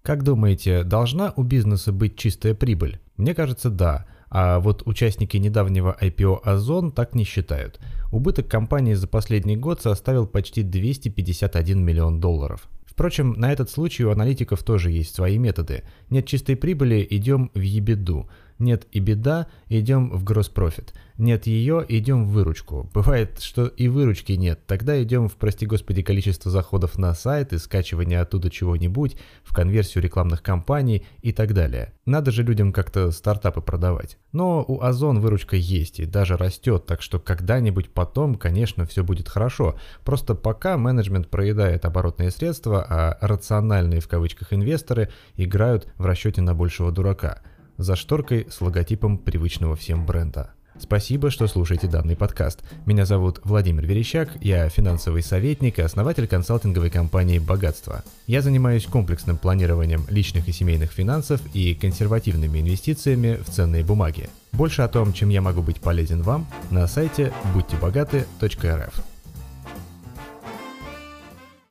Как думаете, должна у бизнеса быть чистая прибыль? Мне кажется, да. А вот участники недавнего IPO Озон так не считают. Убыток компании за последний год составил почти 251 миллион долларов. Впрочем, на этот случай у аналитиков тоже есть свои методы. Нет чистой прибыли – идем в EBITDA. Нет EBITDA – идем в gross profit. Нет ее – идем в выручку. Бывает, что и выручки нет. Тогда идем в, прости господи, количество заходов на сайт и скачивание оттуда чего-нибудь, в конверсию рекламных кампаний и так далее. Надо же людям как-то стартапы продавать. Но у Озон выручка есть и даже растет, так что когда-нибудь потом, конечно, все будет хорошо. Просто пока менеджмент проедает оборотные средства, а рациональные в кавычках инвесторы играют в расчете на большего дурака. За шторкой с логотипом привычного всем бренда. Спасибо, что слушаете данный подкаст. Меня зовут Владимир Верещак, я финансовый советник и основатель консалтинговой компании «Богатство». Я занимаюсь комплексным планированием личных и семейных финансов и консервативными инвестициями в ценные бумаги. Больше о том, чем я могу быть полезен вам, на сайте будьтебогаты.рф.